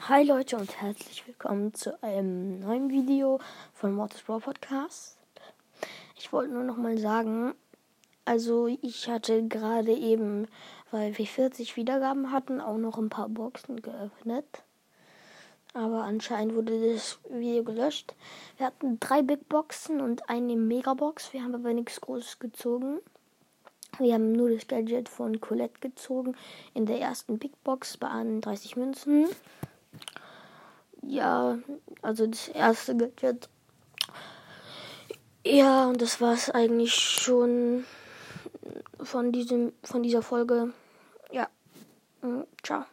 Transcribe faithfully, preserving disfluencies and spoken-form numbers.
Hi Leute und herzlich willkommen zu einem neuen Video von Mortis Brawl Podcast. Ich wollte nur noch mal sagen, also ich hatte gerade eben, weil wir vierzig Wiedergaben hatten, auch noch ein paar Boxen geöffnet. Aber anscheinend wurde das Video gelöscht. Wir hatten drei Big Boxen und eine Megabox. Wir haben aber nichts Großes gezogen. Wir haben nur das Gadget von Colette gezogen. In der ersten Big Box waren dreißig Münzen. Ja, also das erste Gadget. Ja, und das war es eigentlich schon von diesem, von dieser Folge. Ja, ciao.